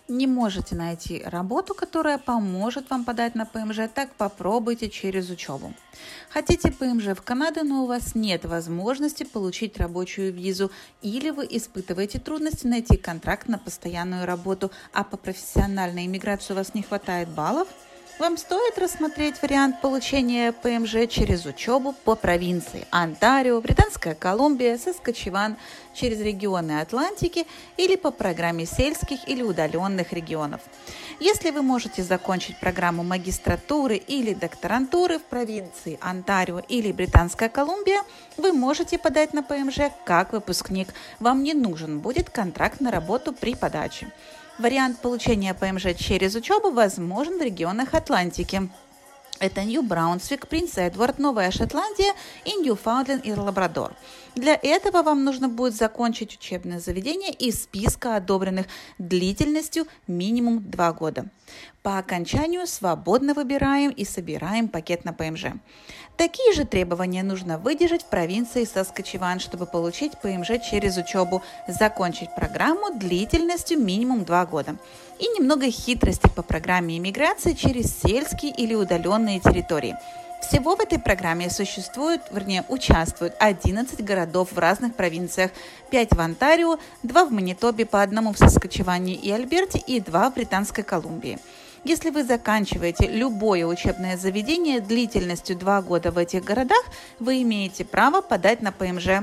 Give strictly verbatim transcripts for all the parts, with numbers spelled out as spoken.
Не можете найти работу, которая поможет вам подать на ПМЖ, так попробуйте через учебу. Хотите ПМЖ в Канаду, но у вас нет возможности получить рабочую визу, или вы испытываете трудности найти контракт на постоянную работу, а по профессиональной иммиграции у вас не хватает баллов? Вам стоит рассмотреть вариант получения ПМЖ через учебу по провинции Онтарио, Британская Колумбия, Саскачеван, через регионы Атлантики или по программе сельских или удаленных регионов. Если вы можете закончить программу магистратуры или докторантуры в провинции Онтарио или Британская Колумбия, вы можете подать на ПМЖ как выпускник. Вам не нужен будет контракт на работу при подаче. Вариант получения ПМЖ через учебу возможен в регионах Атлантики. Это Нью-Браунсвик, Принц Эдвард, Новая Шотландия и Ньюфаундленд и Лабрадор. Для этого вам нужно будет закончить учебное заведение из списка одобренных длительностью минимум два года. По окончанию свободно выбираем и собираем пакет на ПМЖ. Такие же требования нужно выдержать в провинции Саскачеван, чтобы получить ПМЖ через учебу, закончить программу длительностью минимум два года. И немного хитрости по программе иммиграции через сельские или удаленные территории. Всего в этой программе существует, вернее, участвуют одиннадцать городов в разных провинциях, пять в Онтарио, два в Манитобе, по одному в Саскачеване и Альберте и два в Британской Колумбии. Если вы заканчиваете любое учебное заведение длительностью два года в этих городах, вы имеете право подать на ПМЖ.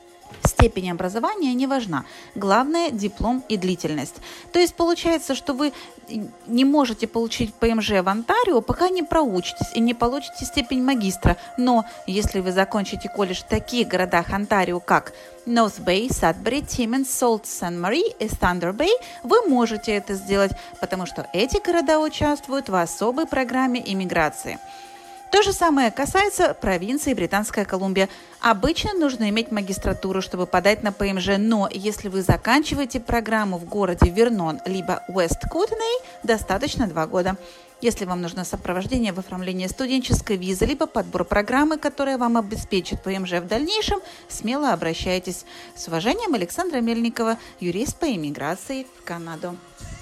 Степень образования не важна. Главное – диплом и длительность. То есть получается, что вы не можете получить ПМЖ в Онтарио, пока не проучитесь и не получите степень магистра. Но если вы закончите колледж в таких городах Онтарио, как North Bay, Sudbury, Timmins, Sault Ste. Marie и Thunder Bay, вы можете это сделать, потому что эти города участвуют в особой программе иммиграции. То же самое касается провинции Британская Колумбия. Обычно нужно иметь магистратуру, чтобы подать на ПМЖ, но если вы заканчиваете программу в городе Вернон либо Уэст Кутней, достаточно два года. Если вам нужно сопровождение в оформлении студенческой визы, либо подбор программы, которая вам обеспечит ПМЖ в дальнейшем, смело обращайтесь. С уважением, Александра Мельникова, юрист по иммиграции в Канаду.